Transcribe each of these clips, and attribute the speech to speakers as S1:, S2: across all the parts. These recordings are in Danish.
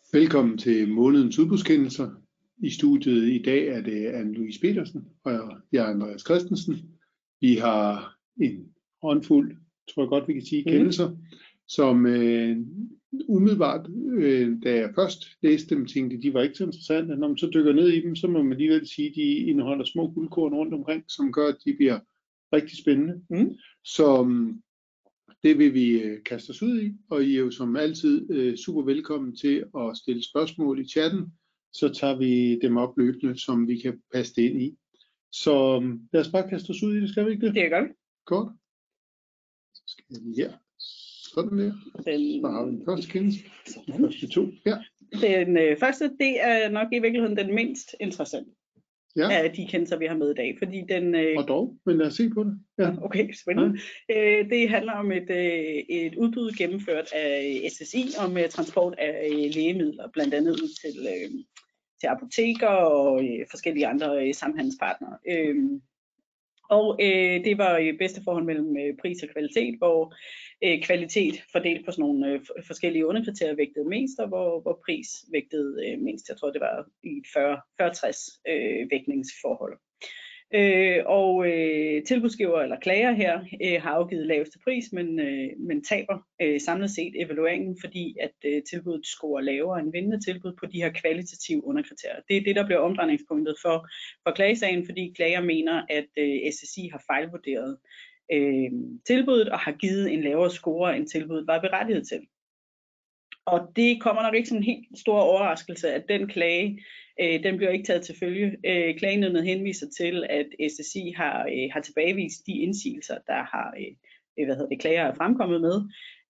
S1: Velkommen til månedens udbudskendelser. I studiet i dag er det Anne-Louise Petersen og jeg er Andreas Christensen. Vi har en håndfuld, tror jeg godt vi kan sige, kendelser, som umiddelbart, da jeg først læste dem, tænkte de var ikke så interessante. Når man så dykker ned i dem, så må man alligevel sige, at de indeholder små guldkorn rundt omkring, som gør, at de bliver rigtig spændende. Så det vil vi kaste os ud i, og I er jo som altid super velkommen til at stille spørgsmål i chatten, så tager vi dem op løbende, som vi kan passe det ind i. Så lad os bare kaste os ud i det, skal vi ikke det?
S2: Det er godt.
S1: Godt. Så skal jeg lige her. Sådan der. Så har vi den første kendelse. De første to. Ja.
S2: Den første, det er nok i virkeligheden den mindst interessante af de kendelser, vi har med i dag. Fordi den,
S1: og dog, men lad os se på det. Ja.
S2: Okay, spændende. Det handler om et udbud gennemført af SSI om transport af lægemidler, blandt andet ud til apoteker og forskellige andre samhandelspartnere. Det var i bedste forhold mellem pris og kvalitet, hvor kvalitet fordelt på sådan nogle forskellige underkriterier vægtede mest, og hvor pris vægtede mindst. Jeg tror, det var i et 40-60 vægtningsforhold. Tilbudsgiver eller klager her har afgivet laveste pris, men taber samlet set evalueringen, fordi at tilbuddet scorer lavere end vindende tilbud på de her kvalitative underkriterier. Det er det, der bliver omdrejningspunktet for klagesagen, fordi klager mener, at SSI har fejlvurderet tilbuddet og har givet en lavere score, end tilbuddet var berettiget til. Og det kommer nok ikke som en helt stor overraskelse, at den klage, den bliver ikke taget til følge. Klagenævnet henviser til, at SSI har tilbagevist de indsigelser, der har klager er fremkommet med.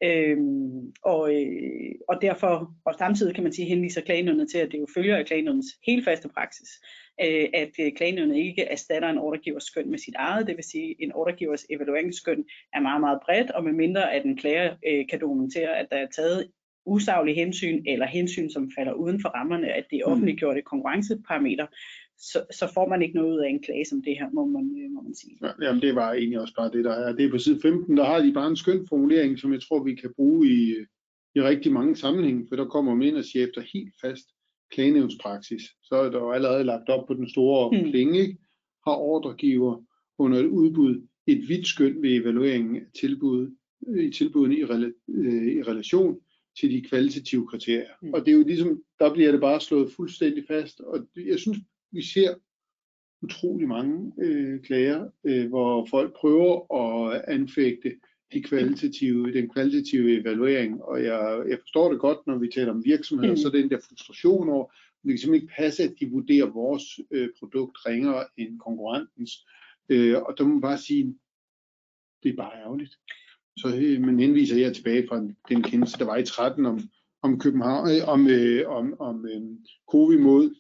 S2: Og derfor, og samtidig kan man sige, henviser klagenævnet til, at det jo følger af klagenævnets helt faste praksis, at klagenævnet ikke erstatter en ordregivers skøn med sit eget. Det vil sige, at en ordregivers evalueringsskøn er meget, meget bredt, og medmindre at en klager kan dokumentere, at der er taget usaglige hensyn eller hensyn, som falder uden for rammerne, at det er offentliggjorte konkurrenceparametre, så får man ikke noget ud af en klage som det her, må man sige.
S1: Ja, jamen det var egentlig også bare det, der er. Det er på side 15, der har de bare en skøn formulering, som jeg tror, vi kan bruge i rigtig mange sammenhænge, for der kommer man ind og siger, efter helt fast klagenævnspraksis, så er der jo allerede lagt op på den store penge, ikke? Har ordregiver under et udbud et vidt skøn ved evalueringen af tilbuddene i relation til de kvalitative kriterier. Og det er jo ligesom, der bliver det bare slået fuldstændig fast, og jeg synes, vi ser utrolig mange klager, hvor folk prøver at anfægte den kvalitative evaluering, og jeg forstår det godt, når vi taler om virksomheder, så den der frustration over, at det kan simpelthen ikke passe, at de vurderer vores produkt ringere end konkurrentens, og der må man bare sige, det er bare ærgerligt. Så man henviser her tilbage fra den kendelse, der var i 13 om København, om COVID mod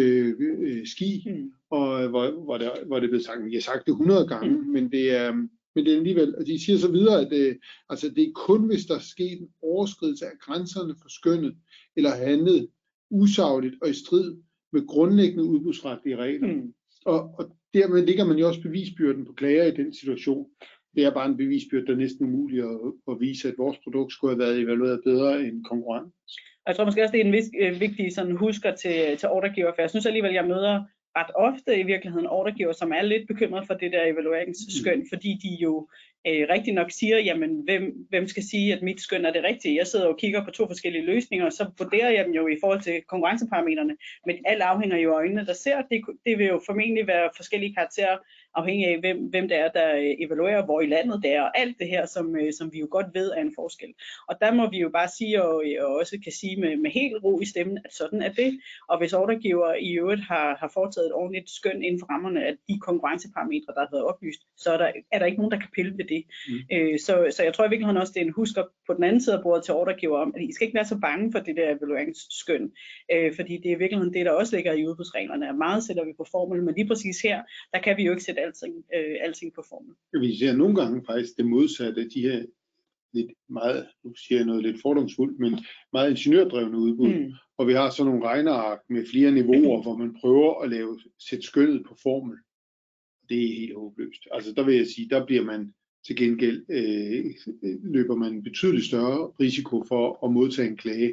S1: ski, og hvor det blev sagt, jeg har sagt det 100 gange, men det er alligevel, og de siger så videre, at det er kun, hvis der er sket en overskridelse af grænserne for skønnet, eller handlet usagligt og i strid med grundlæggende udbudsretlige regler. Og dermed ligger man jo også bevisbyrden på klager i den situation. Det er bare en bevisbyrde, der er næsten umuligt at vise, at vores produkt skulle have været evalueret bedre end konkurrent.
S2: Jeg tror måske også, det er en vigtig sådan husker til ordregiver, for jeg synes alligevel, jeg møder ret ofte i virkeligheden ordregiver, som er lidt bekymret for det der evalueringsskøn, fordi de jo rigtig nok siger, jamen hvem skal sige, at mit skøn er det rigtige? Jeg sidder og kigger på 2 forskellige løsninger, og så vurderer jeg dem jo i forhold til konkurrenceparametrene, men alt afhænger jo af øjnene, der ser. Det vil jo formentlig være forskellige karakterer, afhængig af hvem det er, der evaluerer, hvor i landet det er, og alt det her, som vi jo godt ved er en forskel. Og der må vi jo bare sige, og også kan sige med helt ro i stemmen, at sådan er det. Og hvis ordregiver i øvrigt har foretaget et ordentligt skøn inden for rammerne af de konkurrenceparametre, der har været oplyst, så er der ikke nogen, der kan pille ved det. Så jeg tror i virkeligheden også, det er en husker på den anden side af bordet til ordregiver om, at I skal ikke være så bange for det der evalueringsskøn, fordi det er i virkeligheden det, der også ligger i udbudsreglerne. Meget sætter vi på formel, men lige præcis her, der kan vi jo ikke sætte alting på formel.
S1: Vi ser nogle gange faktisk det modsatte af de her lidt meget, nu siger jeg noget lidt fordomsfuldt, men meget ingeniørdrevne udbud. Og vi har sådan nogle regneark med flere niveauer, hvor man prøver at sætte skønnet på formel. Det er helt håbløst. Altså der vil jeg sige, der bliver man til gengæld løber man betydeligt større risiko for at modtage en klage,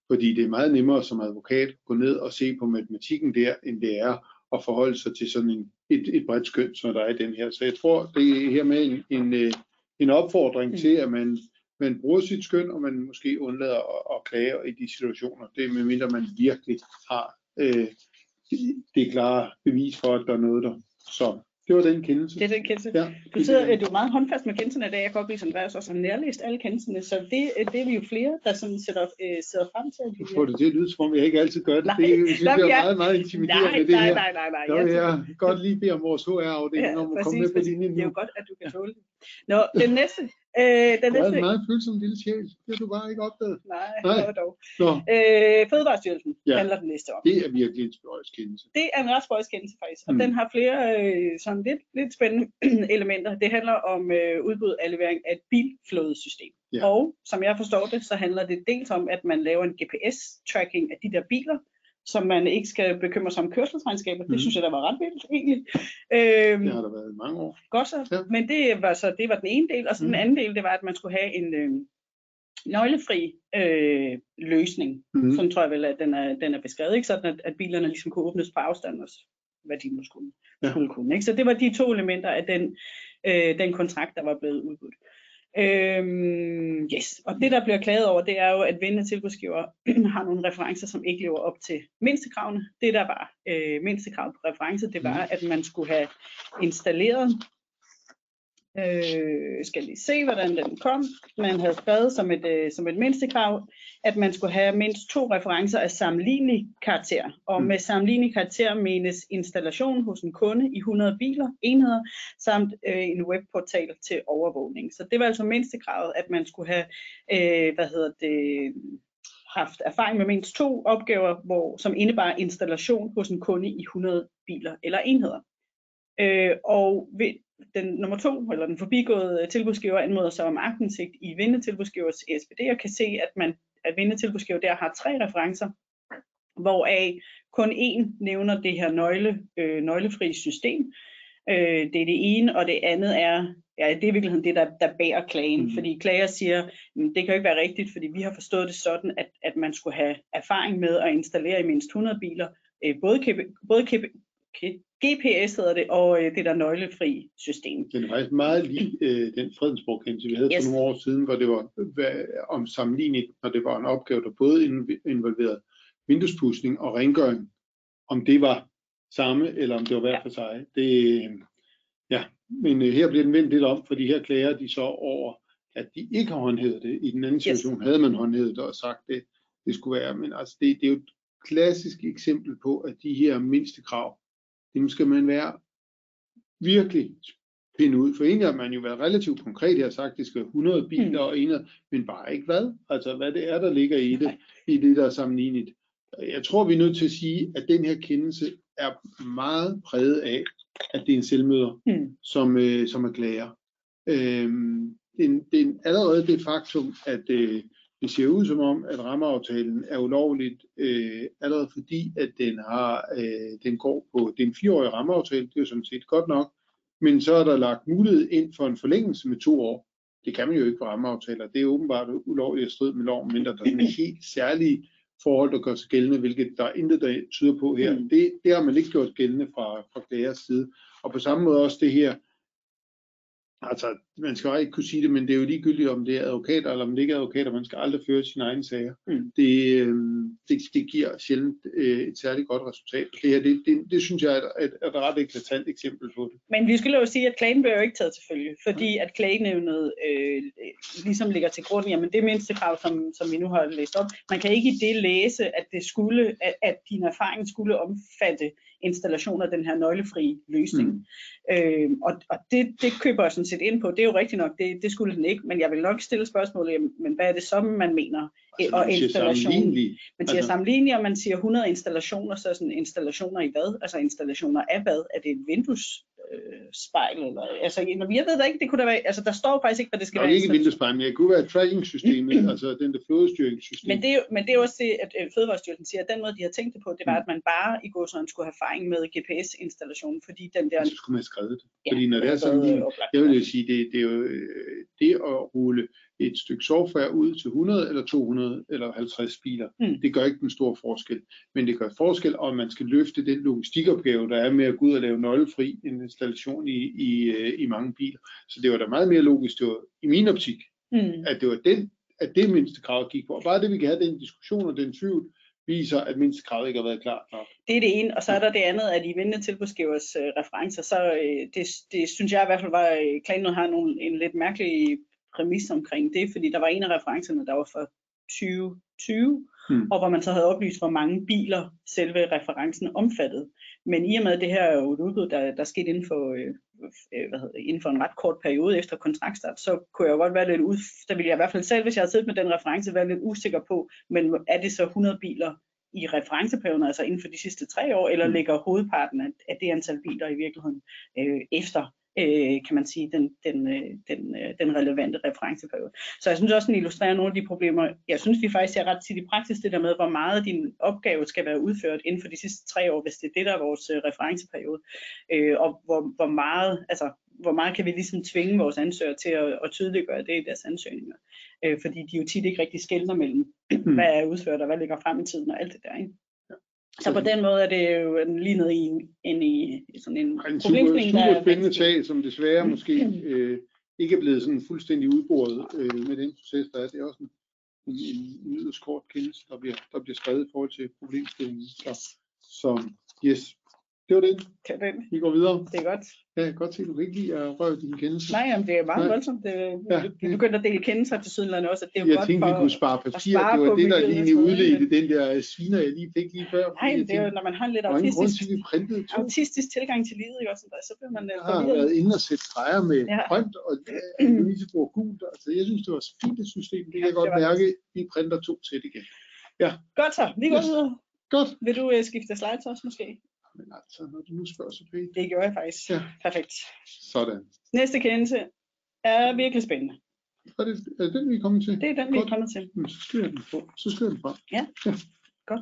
S1: Fordi det er meget nemmere som advokat at gå ned og se på matematikken der, end det er at forholde sig til sådan et bredt skøn, som der er i den her. Så jeg tror, det er her med en opfordring til, at man bruger sit skøn, og man måske undlader at klage i de situationer. Det er medmindre man virkelig har det klare bevis for, at der er noget der. Så det var den kendelse.
S2: Det er den kendelse.
S1: Ja,
S2: du er meget håndfast med kendelserne i dag. Jeg kan oplyse, at Andreas også har nærlæst alle kendelserne, så det er vi jo flere, der sådan sidder frem til.
S1: Du får det til at lyde, som om jeg ikke altid gør det. Nej, det synes jeg er meget, meget intimiderende.
S2: Nej.
S1: Jeg kan godt lige bede om vores HR-afdeling om at komme med på linjen nu.
S2: Det er jo godt, at du kan tåle det. Nå, den næste.
S1: Du er en meget følsom lille sjæl. Det har du bare ikke opdaget.
S2: Nej. Dog. Fødevarestyrelsen handler den næste om.
S1: Det er virkelig en spøjskendelse.
S2: Det er en ret spøjskendelse faktisk, og den har flere sådan lidt spændende elementer. Det handler om udbud af levering af et bilflådesystem. Ja. Og som jeg forstår det, så handler det dels om, at man laver en GPS-tracking af de der biler, som man ikke skal bekymre sig om kørselsregnskaber. Det synes jeg, der var ret vildt egentlig.
S1: Det har der været i mange år.
S2: Godt så. Ja. Men det var den ene del, og så den anden del, det var, at man skulle have en nøglefri løsning. Sådan tror jeg vel, at den er beskrevet, ikke? Sådan at bilerne ligesom kunne åbnes på afstand også, hvad de nu skulle kunne. Ikke? Så det var de to elementer af den kontrakt, der var blevet udbudt. Yes. Og det der bliver klaget over, det er jo, at vindende tilbudsgiver har nogle referencer, som ikke lever op til mindstekravene. Det der var mindstekrav på referencer, det var, at man skulle have installeret, skal lige se, hvordan den kom. Man havde skrevet som et mindstekrav, at man skulle have mindst 2 referencer af sammenlignelig karakter. Og med sammenlignelig karakter menes installation hos en kunde i 100 enheder, samt en webportal til overvågning. Så det var altså mindstekravet, at man skulle have, haft erfaring med mindst 2 opgaver, som indebar installation hos en kunde i 100 biler eller enheder. Og ved den nummer 2, eller den forbigåede tilbudsgiver, anmoder sig om aktindsigt i vindende tilbudsgivers SPD, og kan se, at vindende tilbudsgiver der har 3 referencer, hvoraf kun 1 nævner det her nøglefri system. Det er det ene, og det andet er, det er i virkeligheden det, der bærer klagen. Fordi klager siger, det kan jo ikke være rigtigt, fordi vi har forstået det sådan, at man skulle have erfaring med at installere i mindst 100 biler, både GPS hedder det, og det der nøglefri system.
S1: Den er faktisk meget lige den Fredensborg-kendelse, vi havde for nogle år siden, hvor det var om sammenligning, når det var en opgave, der både involverede vinduespudsning og rengøring, om det var samme, eller om det var hver for sig. Men her bliver den vendt lidt om, fordi her klager de så over, at de ikke har håndhævet det. I den anden situation havde man håndhævet det og sagt, det skulle være. Men altså, det er jo et klassisk eksempel på, at de her mindste krav, dem skal man være virkelig pinde ud. For egentlig har man jo været relativt konkret her og sagt, at det skal 100 biler og enheder, men bare ikke hvad. Altså hvad det er, der ligger i det der er sammenlignet. Jeg tror, vi er nødt til at sige, at den her kendelse er meget præget af, at det er en selvmøder, som er klager. Det er allerede det faktum, at det ser ud som om, at rammeaftalen er ulovligt, allerede fordi, at den går på, det er en 4-årig rammeaftale, det er jo sådan set godt nok, men så er der lagt mulighed ind for en forlængelse med 2 år. Det kan man jo ikke for rammeaftaler. Det er åbenbart ulovligt at stride med loven, men der er sådan helt særlige forhold, der gør sig gældende, hvilket der er intet, der tyder på her. Det har man ikke gjort gældende fra klagers side. Og på samme måde også det her, altså man skal jo ikke kunne sige det, men det er jo ligegyldigt, om det er advokater eller om det ikke er advokater, man skal aldrig føre sine egne sager. Det giver sjældent et særligt godt resultat. Det her, det synes jeg er et ret eklatant eksempel på det.
S2: Men vi skulle jo sige, at klagen bliver jo ikke taget til følge, fordi at klagenævnet ligesom ligger til grund, jamen det mindste krav, som vi nu har læst op. Man kan ikke i det læse, at din erfaring skulle omfatte installation af den her nøglefri løsning. Og det køber jeg sådan set ind på. Det er jo rigtigt nok, det skulle den ikke, men jeg vil nok stille spørgsmålet, men hvad er det så, man mener? Og installation. Man siger sammenlignelig, og man siger 100 installationer, så sådan installationer i hvad? Altså installationer af hvad? Er det et vinduesspejl? Eller, altså, jeg ved da ikke, det kunne da være, altså der står faktisk ikke, hvad det skal være.
S1: Det er ikke et vinduesspejl, men det kunne være tracking-systemet, altså den der flådestyringssystem.
S2: Men det er også det, at Fødevarestyrelsen siger, at den måde, de har tænkt det på, det var, at man bare i går sådan skulle have erfaring med GPS-installationen, fordi den der...
S1: Så skulle man have skrevet det. Fordi når det er sammenlignet, jeg vil jo sige, det er jo det at rulle et stykke software ud til 100 eller 200 eller 50 biler. Det gør ikke den store forskel. Men det gør forskel, om man skal løfte den logistikopgave, der er med at gå ud og lave nøglefri installation i mange biler. Så det var da meget mere logisk, det var i min optik, at det var det mindste krav gik på. Og bare det, vi kan have den diskussion og den tvivl, viser, at mindste krav ikke har været klart nok. Det
S2: er det ene, og så er der det andet, at i vindende tilbudsgivers referencer, så det synes jeg i hvert fald var, Klagenævnet har en lidt mærkelig præmis omkring det, fordi der var en af referencerne, der var for 2020, og hvor man så havde oplyst, hvor mange biler selve referencen omfattede. Men i og med, at det her er jo et udbud, der skete inden for en ret kort periode efter kontraktstart, så kunne jeg jo godt være lidt der ville jeg i hvert fald selv, hvis jeg havde siddet med den reference, være lidt usikker på, men er det så 100 biler i referenceperioden, altså inden for de sidste 3 år, eller ligger hovedparten af det antal biler i virkeligheden efter, kan man sige, den relevante referenceperiode. Så jeg synes også, den illustrerer nogle af de problemer. Jeg synes, vi faktisk er ret tit i praksis det der med, hvor meget din opgave skal være udført inden for de sidste 3 år, hvis det er det, der er vores referenceperiode. Og hvor meget kan vi ligesom tvinge vores ansøgere til at tydeliggøre det i deres ansøgninger. Fordi de jo tit ikke rigtig skelner mellem, hvad er udført og hvad ligger frem i tiden og alt det der, ikke? Så på den måde er det jo lige ned i sådan en problemstilling, der er
S1: spændende sag, som desværre måske ikke er blevet sådan fuldstændig udboret med den proces, der er. Det er også en yderst kort kendelse, der bliver skrevet i forhold til problemstillingen. Så yes, det var det. Vi går videre.
S2: Det er godt.
S1: Ja, jeg kan godt se, at du ikke lide at røre dine kendelser.
S2: Nej, jamen, det er meget voldsomt. Vi begyndte at dele kendelser til sydenlandet også, at det er jo godt
S1: tænkte, vi kunne spare papir. Det var det, der lige udledte den der sviner, jeg lige fik lige før.
S2: Nej, det er jo, når man har en lidt autistisk tilgang til livet, ikke? Også, så bliver man
S1: jeg har været inde og sætte streger med grønt, og lige til bruger gult. Altså, jeg synes, det var så fint et system. Det kan jeg godt mærke. Vi printer 2 sæt igen. Ja.
S2: Godt så, vi går videre.
S1: Godt.
S2: Vil du skifte slides også måske?
S1: Men altså, når du nu spørger så pænt.
S2: Det gjorde jeg faktisk. Ja. Perfekt.
S1: Sådan.
S2: Næste kendelse er virkelig spændende.
S1: Er det den, vi er kommet til?
S2: Det er den, vi er kommet til.
S1: Så skriver jeg den på. Så skriver jeg den fra.
S2: Ja. Godt.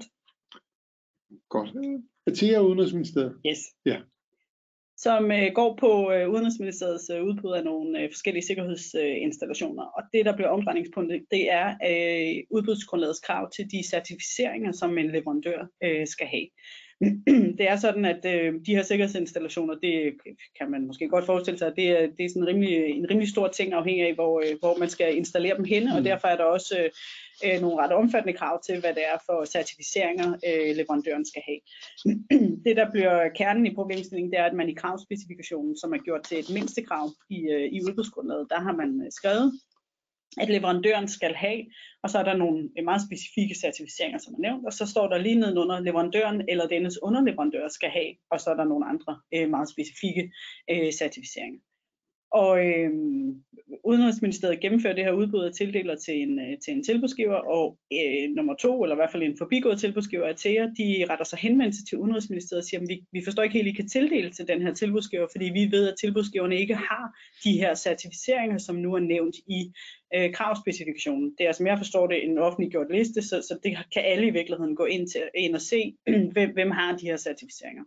S1: Godt. Atea Udenrigsministeriet.
S2: Yes.
S1: Ja.
S2: Som går på Udenrigsministeriets udbud af nogle forskellige sikkerhedsinstallationer. Og det, der bliver omdrejningspunktet, det er udbudsgrundlagets krav til de certificeringer, som en leverandør skal have. Det er sådan, at de her sikkerhedsinstallationer, det kan man måske godt forestille sig, at det er sådan en rimelig stor ting afhængig af, hvor man skal installere dem henne, og derfor er der også nogle ret omfattende krav til, hvad det er for certificeringer, leverandøren skal have. Det, der bliver kernen i problemstillingen, det er, at man i kravspecifikationen, som er gjort til et mindstekrav i udbudsgrundlaget, der har man skrevet, at leverandøren skal have, og så er der nogle meget specifikke certificeringer, som er nævnt, og så står der lige nedenunder, leverandøren eller dennes underleverandør skal have, og så er der nogle andre meget specifikke certificeringer. Og Udenrigsministeriet gennemfører det her udbud og tildeler til en tilbudsgiver, og nummer 2, eller i hvert fald en forbigået tilbudsgiver, Atea, de retter sig henvendelse til Udenrigsministeriet og siger, at vi forstår ikke helt, at I kan tildele til den her tilbudsgiver, fordi vi ved, at tilbudsgiverne ikke har de her certificeringer, som nu er nævnt i kravspecifikationen. Det er, som jeg forstår det, en offentliggjort liste, så det kan alle i virkeligheden gå ind og se, hvem har de her certificeringer.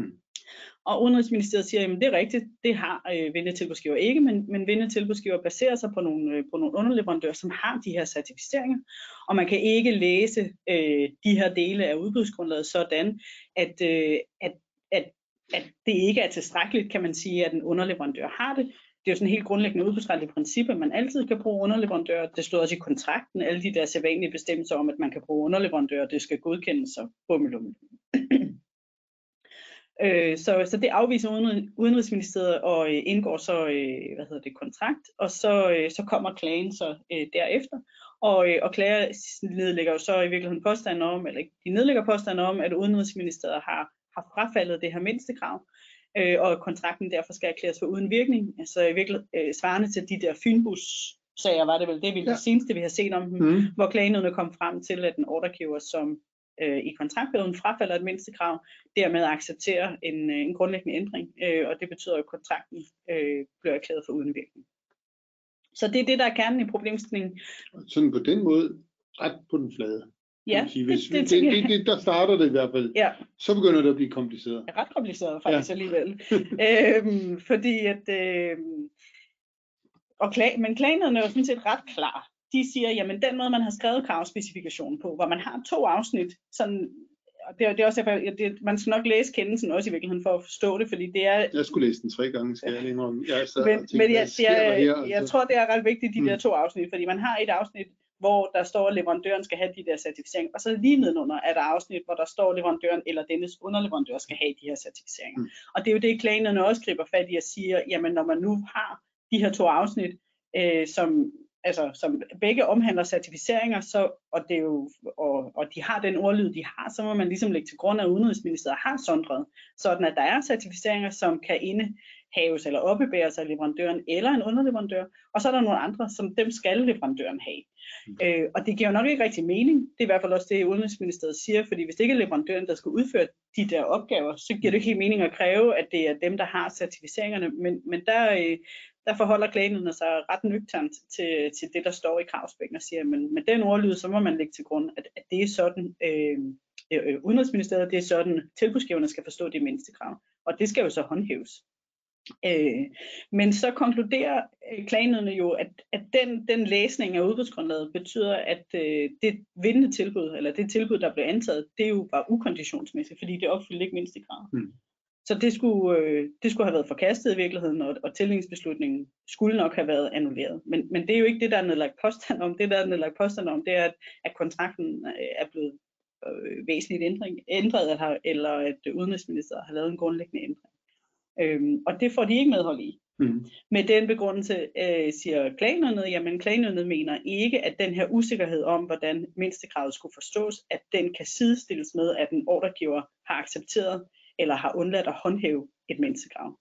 S2: Og Udenrigsministeriet siger, at det er rigtigt, det har vindetilbudsgiver ikke, men vindetilbudsgiver baserer sig på nogle underleverandører, som har de her certificeringer, og man kan ikke læse de her dele af udbudsgrundlaget sådan, at det ikke er tilstrækkeligt, kan man sige, at en underleverandør har det. Det er jo sådan et helt grundlæggende udbudsretligt princip, at man altid kan bruge underleverandører. Det stod også i kontrakten, alle de der sædvanlige bestemmelser om, at man kan bruge underleverandører, det skal godkendes og bummelum. Så det afviser Udenrigsministeriet og indgår så kontrakt, og så kommer klagen så derefter. Og klager nedlægger jo så i virkeligheden påstanden om, eller de nedlægger påstanden om, at Udenrigsministeriet har frafaldet det her mindstekrav, og kontrakten derfor skal erklæres for uden virkning. Altså i virkeligheden svarende til de der Fynbus-sager var det vel det, det seneste vi har set om dem, hvor klagenævnet kom frem til, at en ordregiver, som i kontraktperioden frafalder et mindstekrav, dermed accepterer en grundlæggende ændring, og det betyder, at kontrakten bliver erklæret for uden virkning. Så det er det, der er kernen i problemstillingen.
S1: Sådan på den måde, ret på den flade.
S2: Ja,
S1: det der starter det i hvert fald.
S2: Ja.
S1: Så begynder det at blive kompliceret.
S2: Ret kompliceret faktisk alligevel. Fordi at Men klagenøderne er jo sådan set ret klar. De siger, jamen den måde, man har skrevet kravspecifikationen på, hvor man har 2 afsnit, sådan, og det er også derfor, man skal nok læse kendelsen også i virkeligheden for at forstå det, fordi det er...
S1: Jeg skulle læse den 3 gange, skal jeg indrømme.
S2: Jeg tror, det er ret vigtigt, de der 2 afsnit, fordi man har et afsnit, hvor der står, at leverandøren skal have de der certificeringer, og så lige nedenunder er der afsnit, hvor der står, at leverandøren eller dennes underleverandør skal have de her certificeringer. Og det er jo det, klagenøderne også griber fat i og siger, jamen når man nu har de her 2 afsnit, som begge omhandler certificeringer, og de har den ordlyd, de har, så må man ligesom lægge til grund, at Udenrigsministeriet har sondret, sådan at der er certificeringer, som kan indehaves eller oppebæres af leverandøren eller en underleverandør, og så er der nogle andre, som dem skal leverandøren have. Og det giver jo nok ikke rigtig mening, det er i hvert fald også det, Udenrigsministeriet siger, fordi hvis det ikke er leverandøren, der skal udføre de der opgaver, så giver det ikke helt mening at kræve, at det er dem, der har certificeringerne, men der forholder klagenøderne sig ret nøgternt til det, der står i kravspækken og siger, men med den ordlyd, så må man lægge til grund, at det er sådan, Udenrigsministeriet, det er sådan, tilbudsgiverne skal forstå det mindste krav, og det skal jo så håndhæves. Men så konkluderer klagenøderne jo, at den læsning af udbudsgrundlaget betyder, at det vindende tilbud, eller det tilbud, der blev antaget, det jo var ukonditionsmæssigt, fordi det opfyldte ikke mindste krav. Så det skulle have været forkastet i virkeligheden, og tildelingsbeslutningen skulle nok have været annulleret. Men det er jo ikke det, der er nedlagt påstand om. Det, der er nedlagt påstand om, det er, at kontrakten er blevet væsentligt ændret, eller at Udenrigsministeriet har lavet en grundlæggende ændring. Og det får de ikke medhold i. Med den begrundelse siger klagenøderne, jamen klagenøderne mener ikke, at den her usikkerhed om, hvordan mindstekravet skulle forstås, at den kan sidestilles med, at en ordregiver har accepteret eller har undladt at håndhæve et mindstekrav.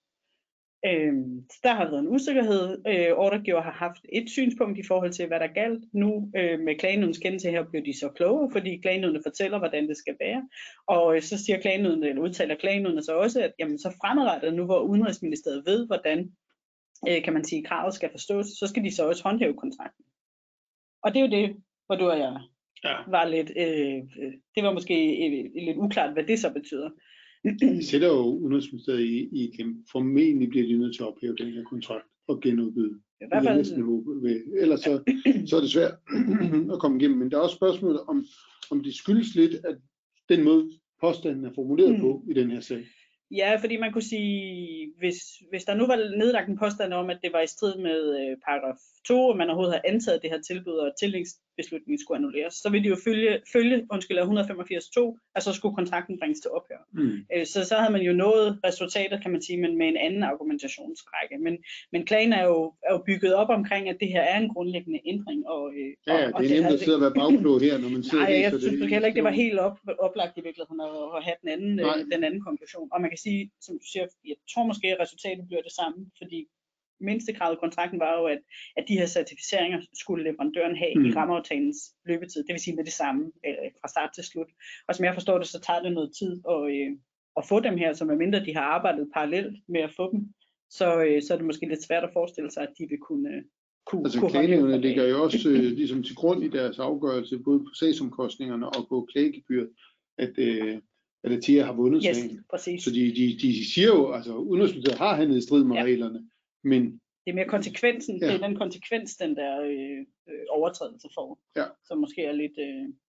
S2: Der har været en usikkerhed. Ordregiver har haft et synspunkt i forhold til, hvad der galt. Nu med klagenødens kendelse her bliver de så klogere, fordi klagenødene fortæller, hvordan det skal være. Og så siger klagenødene, eller udtaler klagenødene så også, at jamen, så fremadrettet nu, hvor Udenrigsministeriet ved, hvordan kan man sige, kravet skal forstås, så skal de så også håndhæve kontrakten. Og det er jo det, hvor du og jeg var lidt, det var måske lidt uklart, hvad det så betyder.
S1: Det sætter jo Udenrigsministeriet i klemme. Formentlig bliver de nødt til at ophæve den her kontrakt og genudbyde.
S2: I hvert fald.
S1: Ellers så er det svært at komme igennem. Men der er også spørgsmålet om det skyldes lidt, at den måde påstanden er formuleret på i den her sag.
S2: Ja, fordi man kunne sige, hvis der nu var nedlagt en påstand om, at det var i strid med paragraf 2, og man overhovedet har antaget det her tilbud, og tildelingsbeslutningen skulle annulleres, så ville de jo følge 185.2, at så skulle kontrakten bringes til ophør. Så havde man jo nået resultatet, kan man sige, men med en anden argumentationsrække. Men klagen er jo bygget op omkring, at det her er en grundlæggende ændring. Det
S1: er nemt at sidde og være bagklog her, når man sidder.
S2: Nej, jeg synes heller ikke, det var helt oplagt i virkeligheden at have den anden konklusion. Og man kan sige, som du siger, jeg tror måske, at resultatet bliver det samme, fordi mindstekravet i kontrakten var jo, at de her certificeringer skulle leverandøren have i rammeaftalens løbetid, det vil sige med det samme fra start til slut. Og som jeg forstår det, så tager det noget tid at få dem her, så medmindre de har arbejdet parallelt med at få dem, så er det måske lidt svært at forestille sig, at de vil kunne
S1: altså klagenævnene ligger jo også ligesom til grund i deres afgørelse, både på sagsomkostningerne og på klagegebyret, at ATIA har vundet sagen.
S2: Præcis.
S1: Så de siger jo, altså Udenrigsministeriet har handlet i strid med reglerne, men
S2: det er mere konsekvensen, det er den konsekvens, den der overtrædelse får, som måske er lidt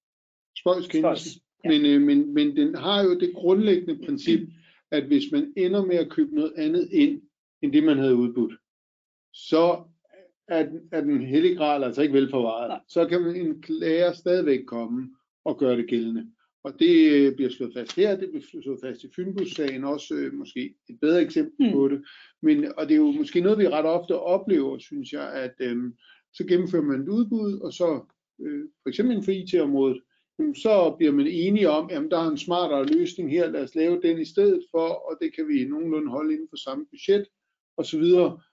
S1: spøjs. Men den har jo det grundlæggende princip, at hvis man ender med at købe noget andet ind, end det man havde udbudt, så er den hellige gral altså ikke velforvaret. Nej. Så kan en klager stadigvæk komme og gøre det gældende. Og det bliver slået fast her, det bliver slået fast i Fynbus-sagen, også måske et bedre eksempel på det. Og det er jo måske noget, vi ret ofte oplever, synes jeg, at så gennemfører man et udbud, og så for eksempel inden for IT-området, så bliver man enige om, at der er en smartere løsning her, lad os lave den i stedet for, og det kan vi nogenlunde holde inden for samme budget, osv.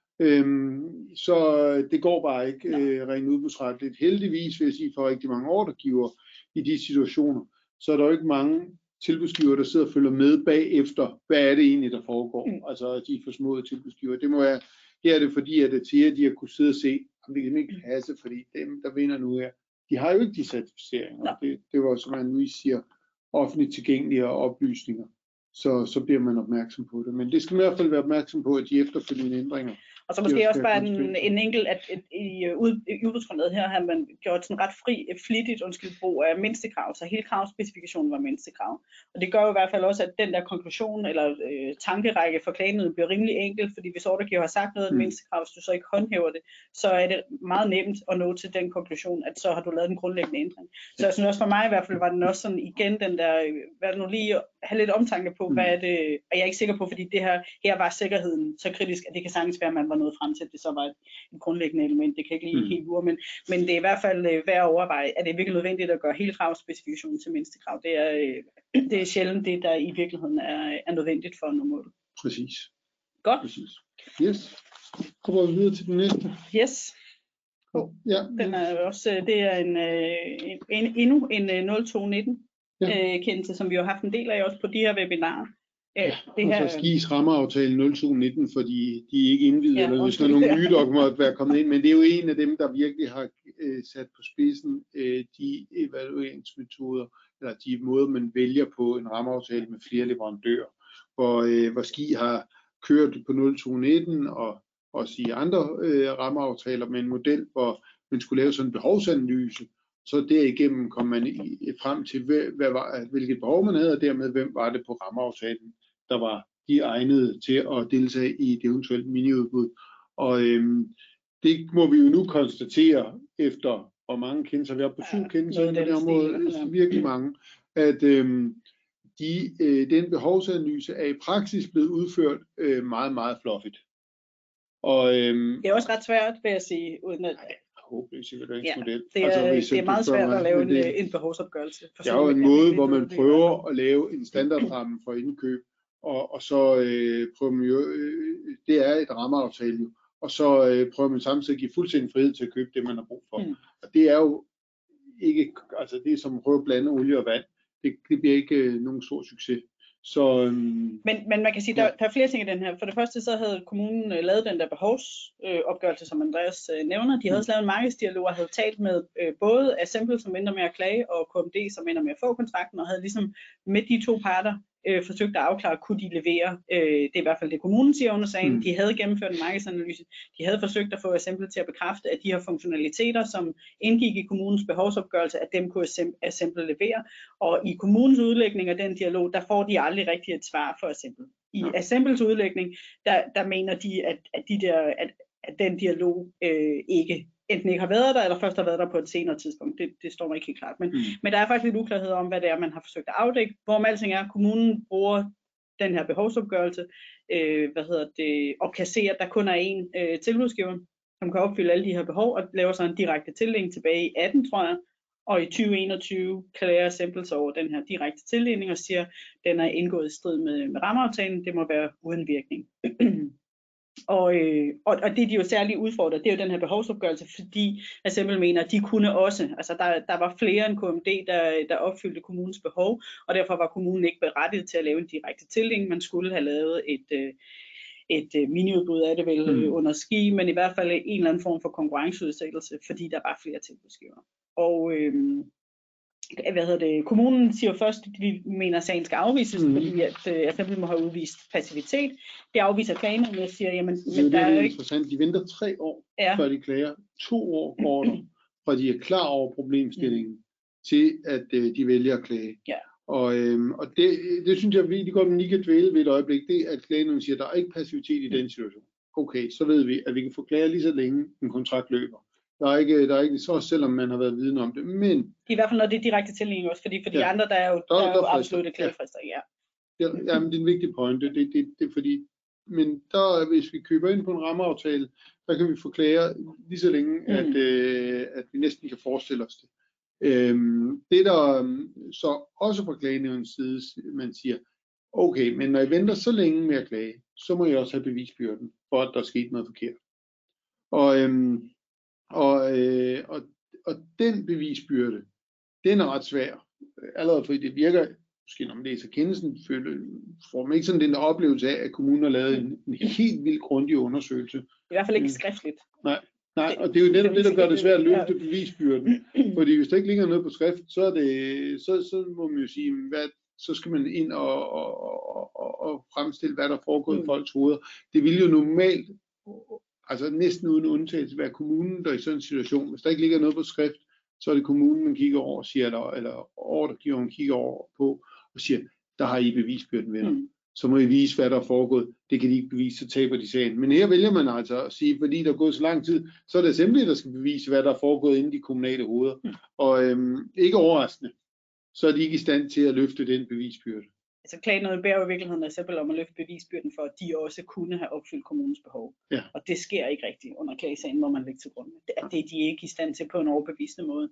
S1: Så det går bare ikke rent udbudsretligt. Heldigvis vil jeg sige for rigtig mange ordregiver i de situationer, så er der jo ikke mange tilbudsgiver, der sidder og følger med bagefter, hvad er det egentlig, der foregår. Altså de forsmåede tilbudsgiver. Det må være, her er det fordi, at ATIA, de har kunne sidde og se, om det kan ikke passe, fordi dem, der vinder nu her, de har jo ikke de certificeringer. Det var, som man nu siger, offentligt tilgængelige oplysninger. Så bliver man opmærksom på det. Men det skal man i hvert fald være opmærksom på, at de efterfølgende ændringer
S2: Og så måske også bare en enkelt, at i udbudsgrundlaget her har man gjort sådan ret flittigt brug af mindstekrav, så hele kravspecifikationen var mindstekrav. Og det gør jo i hvert fald også, at den der konklusion eller tankerække for klagenøden bliver rimelig enkel, fordi hvis ordregiver har sagt noget af mindstekrav, hvis du så ikke håndhæver det, så er det meget nemt at nå til den konklusion, at så har du lavet en grundlæggende ændring. Så jeg synes også for mig i hvert fald var den også sådan igen den der, hvad nu lige have lidt omtanke på, hvad er det, og jeg er ikke sikker på, fordi det her var sikkerheden så kritisk, at det kan sagtens være, at man var nået frem til, at det så var et grundlæggende element. Det kan ikke lige helt ure, men det er i hvert fald værd at overveje, at det er virkelig nødvendigt at gøre hele kravspecifikationen til mindstekrav. Det er sjældent det, der i virkeligheden er nødvendigt for at nå målet.
S1: Præcis.
S2: Godt.
S1: Præcis. Yes. Så går vi videre til den næste.
S2: Yes.
S1: Ja,
S2: den er også, det er endnu en 0219 kendelse, som vi har haft en del af også på de her webinarer.
S1: Det her og så SKIs rammeaftale 0219, fordi de er ikke indvidet, eller hvis der er nogle nye, der måtte være kommet ind, men det er jo en af dem, der virkelig har sat på spidsen de evalueringsmetoder, eller de måder, man vælger på en rammeaftale med flere leverandører, hvor SKI har kørt på 0219 og også i andre rammeaftaler med en model, hvor man skulle lave sådan en behovsanalyse, så derigennem kom man frem til, hvilket behov man havde, og dermed hvem var det på rammeaftalen, der var de egnede til at deltage i et eventuelt miniudbud. Og det må vi jo nu konstatere efter, hvor mange kendelser vi har på 7 kendelser på det område, virkelig mange, at den behovsanalyse er i praksis blevet udført meget, meget fluffigt. Og,
S2: det er også ret svært, vil jeg sige, uden at...
S1: håbløs evalueringsmodel.
S2: Det er meget svært at lave en behovsopgørelse.
S1: Det er jo en måde, hvor man prøver at lave en standardramme for indkøb, og så prøver man jo, det er et rammeaftale, og så prøver man samtidig at give fuldstændig frihed til at købe det, man har brug for. Og det er jo ikke, altså det er som at prøve at blande olie og vand. Det bliver ikke nogen stor succes. Så,
S2: men man kan sige, der er flere ting i den her. For det første så havde kommunen lavet den der behovsopgørelse, som Andreas nævner. De havde også lavet en markedsdialog og havde talt med både Assemble, som ender med at klage, og KMD, som ender med at få kontrakten, og havde ligesom med de to parter forsøgt at afklare, kunne de levere. Det er i hvert fald det, kommunen siger under sagen. De havde gennemført en markedsanalyse. De havde forsøgt at få Assemble til at bekræfte, at de her funktionaliteter, som indgik i kommunens behovsopgørelse, at dem kunne Assemble levere. Og i kommunens udlægning af den dialog, der får de aldrig rigtig et svar for Assemble. I Assembles udlægning, der mener de, at den dialog ikke enten ikke har været der, eller først har været der på et senere tidspunkt. Det står mig ikke helt klart. Men der er faktisk lidt uklarhed om, hvad det er, man har forsøgt at afdække. Hvorom alting er, kommunen bruger den her behovsopgørelse, og kan se, at der kun er én tilbudsgiver, som kan opfylde alle de her behov, og laver så en direkte tildeling tilbage i 18, tror jeg. Og i 2021 klager Assemble over den her direkte tildeling og siger, at den er indgået i strid med rammeaftalen. Det må være uden virkning. Og det de jo særligt udfordrer, det er jo den her behovsopgørelse, fordi Assemble mener, at de kunne også, altså der var flere end KMD, der opfyldte kommunens behov, og derfor var kommunen ikke berettiget til at lave en direkte tildeling. Man skulle have lavet et miniudbud af det vel under SKI, men i hvert fald en eller anden form for konkurrenceudsættelse, fordi der var flere tilbudsgivere. Og kommunen siger jo først, at vi mener, at sagen skal afvises, fordi at Assemble må have udvist passivitet. Det afviser klagenævnet og siger, jamen, men der er jo ikke...
S1: interessant. De venter 3 år, før de klager. 2 år går der, fra de er klar over problemstillingen, til at de vælger at klage.
S2: Ja.
S1: Og det synes jeg virkelig godt, man lige kan dvæle ved et øjeblik, det er, at klagenævnet siger, at der er ikke passivitet i den situation. Okay, så ved vi, at vi kan få klager lige så længe en kontrakt løber. Der er ikke så, selvom man har været viden om det, men...
S2: I hvert fald når det er direkte tildeling også, fordi for de andre, der er jo absolutte klagefrister,
S1: Jamen, det er en vigtig point, det er fordi... Men der, hvis vi køber ind på en rammeaftale, der kan vi få klager lige så længe, at vi næsten kan forestille os det. Det der så også fra klagenævnets side, man siger, okay, men når I venter så længe med at klage, så må I også have bevisbyrden for, at der er sket noget forkert. Og den bevisbyrde, den er ret svær. Allerede fordi det virker, måske når man læser kendelsen, får man ikke sådan den der oplevelse af, at kommunen har lavet en helt vildt grundig undersøgelse.
S2: I hvert fald ikke skriftligt.
S1: Nej, og det er jo netop det, der gør det svært at løfte bevisbyrden. Fordi hvis der ikke ligger noget på skrift, så må man jo sige, så skal man ind og fremstille, hvad der foregår i folks hoveder. Det vil jo normalt altså næsten uden undtagelse være kommunen, der i sådan en situation, hvis der ikke ligger noget på skrift, så er det kommunen, man kigger over, siger, eller ordregiveren kigger over på, og siger, der har I bevisbyrden, venner. Så må I vise, hvad der er foregået. Det kan de ikke bevise, så taber de sagen. Men her vælger man altså at sige, fordi der er gået så lang tid, så er det Assembly, der skal bevise, hvad der er foregået inden de kommunale hoveder. Og ikke overraskende, så er de ikke i stand til at løfte den bevisbyrde.
S2: Altså klagenøden bærer jo i virkeligheden Assembly om at løfte bevisbyrden for, at de også kunne have opfyldt kommunens behov.
S1: Ja.
S2: Og det sker ikke rigtigt under klagesagen, hvor man lægger til grund. Det er de ikke i stand til på en overbevisende måde.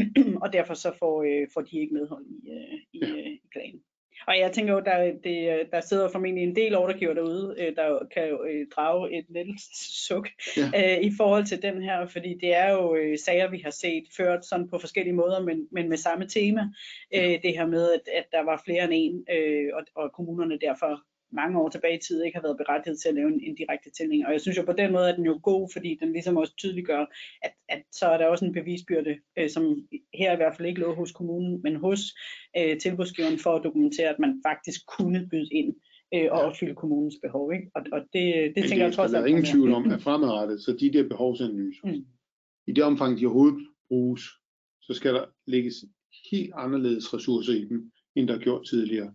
S2: Og derfor så får de ikke medhold i klagen. Og jeg tænker jo, der sidder formentlig en del ordregiver derude, der kan drage et lettelsessuk i forhold til den her, fordi det er jo sager, vi har set ført sådan på forskellige måder, men med samme tema. Det her med, at der var flere end en, og kommunerne derfor mange år tilbage i tid ikke har været berettiget til at lave en direkte tildækning. Og jeg synes jo på den måde, at den jo god, fordi den ligesom også tydeliggør, at så er der også en bevisbyrde, som her i hvert fald ikke lå hos kommunen, men hos tilbudsgiveren for at dokumentere, at man faktisk kunne byde ind og opfylde kommunens behov. Ikke? Og det tænker jeg trods alt.
S1: Der er ingen tvivl om, at fremadrettet, så de der behovsanalyser, i det omfang, de overhovedet bruges, så skal der lægges helt anderledes ressourcer i dem, end der er gjort tidligere.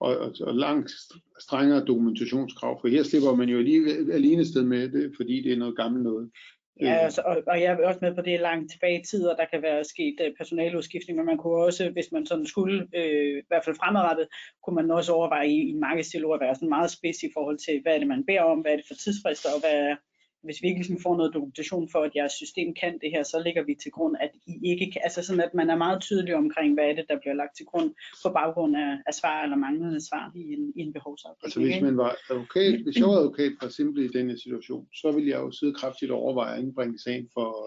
S1: Og langt strengere dokumentationskrav, for her slipper man jo alene sted med det, fordi det er noget gammelt noget.
S2: Ja, altså, og jeg er også med på det langt tilbage i tid, og der kan være sket personaleudskiftning, men man kunne også, hvis man sådan skulle, i hvert fald fremadrettet, kunne man også overveje i markedsdialog at være sådan meget spids i forhold til, hvad er det, man beder om, hvad er det for tidsfrister, og hvis vi ikke ligesom får noget dokumentation for, at jeres system kan det her, så lægger vi til grund, at I ikke kan, altså sådan, at man er meget tydelig omkring, hvad er det, der bliver lagt til grund på baggrund af svar eller manglende svar i en behovsafdækning.
S1: Altså hvis man var advokat, hvis jeg var advokat for Assembly i denne situation, så ville jeg jo sidde kraftigt og overveje at indbringe sagen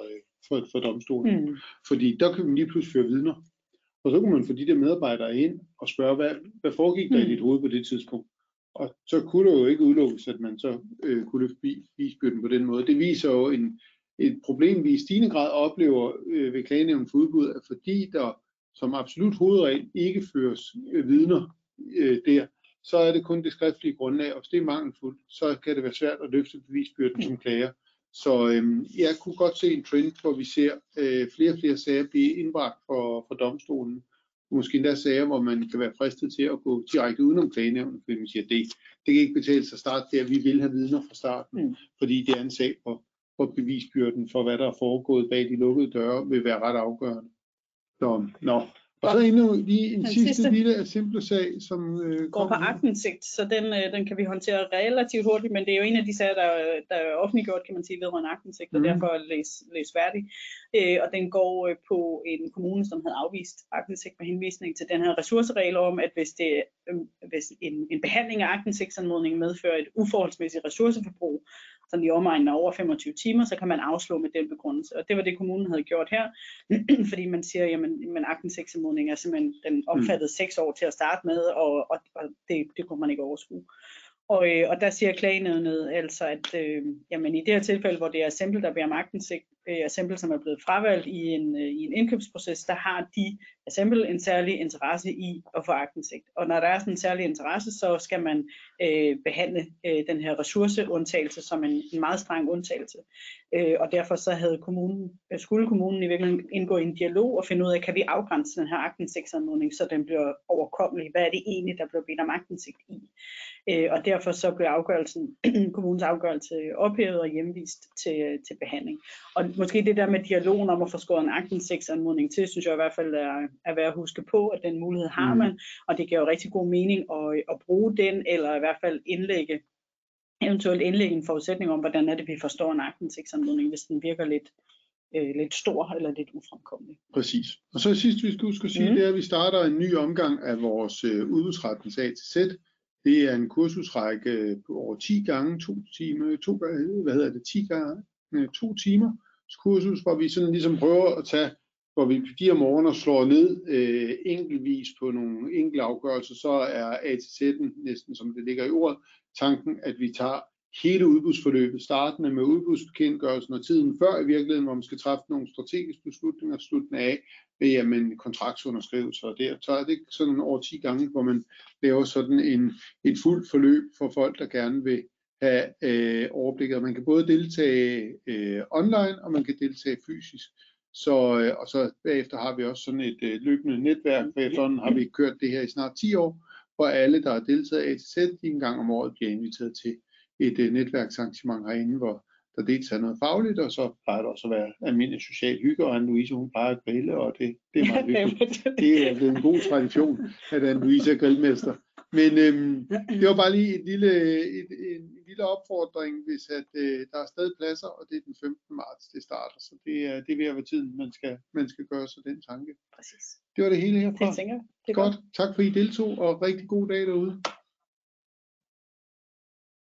S1: for domstolen. Fordi der kan man lige pludselig føre vidner. Og så kunne man få de der medarbejdere ind og spørge, hvad foregik der i dit hoved på det tidspunkt? Og så kunne det jo ikke udelukkes, at man så kunne løfte bevisbyrden på den måde. Det viser jo et problem, vi i stigende grad oplever ved klagenævnet for udbud, at fordi der som absolut hovedregel ikke føres vidner der, så er det kun det skriftlige grundlag, og hvis det er mangelfuldt, så kan det være svært at løfte bevisbyrden som klager. Så jeg kunne godt se en trend, hvor vi ser flere og flere sager blive indbragt for domstolen. Måske endda sager, hvor man kan være fristet til at gå direkte udenom klagenævnet, fordi man siger, det kan ikke betale sig at starte der, vi vil have vidner fra starten, fordi det er en sag for bevisbyrden for, hvad der er foregået bag de lukkede døre, vil være ret afgørende. Så, Og så endnu lige en sidste lille simple sag, som
S2: går på aktindsigt, så den kan vi håndtere relativt hurtigt, men det er jo en af de sager, der er offentliggjort, kan man sige, vedrørende aktindsigt, og derfor læs færdig. Og den går på en kommune, som havde afvist aktindsigt med henvisning til den her ressourceregel om, at hvis en behandling af aktindsigtsanmodningen medfører et uforholdsmæssigt ressourceforbrug, som i omegnen er over 25 timer, så kan man afslå med den begrundelse. Og det var det, kommunen havde gjort her, fordi man siger, jamen aktindsigtsanmodningen er simpelthen den omfattede 6 år til at starte med, og det kunne man ikke overskue. Og der siger klagenævnet altså, at jamen, i det her tilfælde, hvor det er Assembly, der beder om aktindsigt, Assembly, som er blevet fravalgt i en indkøbsproces, der har de Assembly en særlig interesse i at få aktindsigt. Og når der er sådan en særlig interesse, så skal man behandle den her ressourceundtagelse som en meget streng undtagelse. Og derfor så skulle kommunen i virkeligheden indgå i en dialog og finde ud af, kan vi afgrænse den her aktindsigtsanmodning, så den bliver overkommelig. Hvad er det egentlig, der bliver bedt om aktindsigt i? Og derfor så blev kommunens afgørelse ophævet og hjemvist til behandling. Og måske det der med dialogen om at få skåret en aktindsigtsanmodning til, synes jeg i hvert fald er værd at huske på, at den mulighed har man, og det giver jo rigtig god mening at bruge den, eller i hvert fald eventuelt indlægge en forudsætning om, hvordan er det, vi forstår en aktindsigtsanmodning, hvis den virker lidt stor eller lidt ufremkommelig.
S1: Præcis. Og så sidst vi skal huske at sige, det er, at vi starter en ny omgang af vores udbudsrettens A til Z. Det er en kursusrække på over 10 gange, 2 timer, 2 timer kursus, hvor vi sådan ligesom prøver at tage, hvor vi de om morgenen slår ned enkeltvis på nogle enkelte afgørelser, så er A til Z'en næsten som det ligger i ordet, tanken, at vi tager hele udbudsforløbet, startende med udbudsbekendtgørelsen og tiden før i virkeligheden, hvor man skal træffe nogle strategiske beslutninger, sluttende af med kontraktsunderskrivelse, og der så er det sådan over 10 gange, hvor man laver sådan et fuldt forløb for folk, der gerne vil have overblikket. Og man kan både deltage online, og man kan deltage fysisk. Og så bagefter har vi også sådan et løbende netværk, for efterhånden har vi kørt det her i snart 10 år, hvor alle, der har deltaget i ATZ, de en gang om året bliver inviteret til et netværksarrangement herinde, hvor der dels er noget fagligt, og så plejer det også at være almindelig social hygge, og Anne-Louise, hun plejer at grille, og det er meget hyggeligt. Det er blevet en god tradition, at Anne-Louise er grillmester. Men det var bare lige en lille opfordring, hvis at, der er stadig pladser, og det er den 15. marts, det starter, så det er ved at være tiden, man skal gøre sig den tanke.
S2: Præcis.
S1: Det var det hele herfra.
S2: Det tænker jeg. Det er
S1: godt. Tak fordi I deltog, og rigtig god dag derude.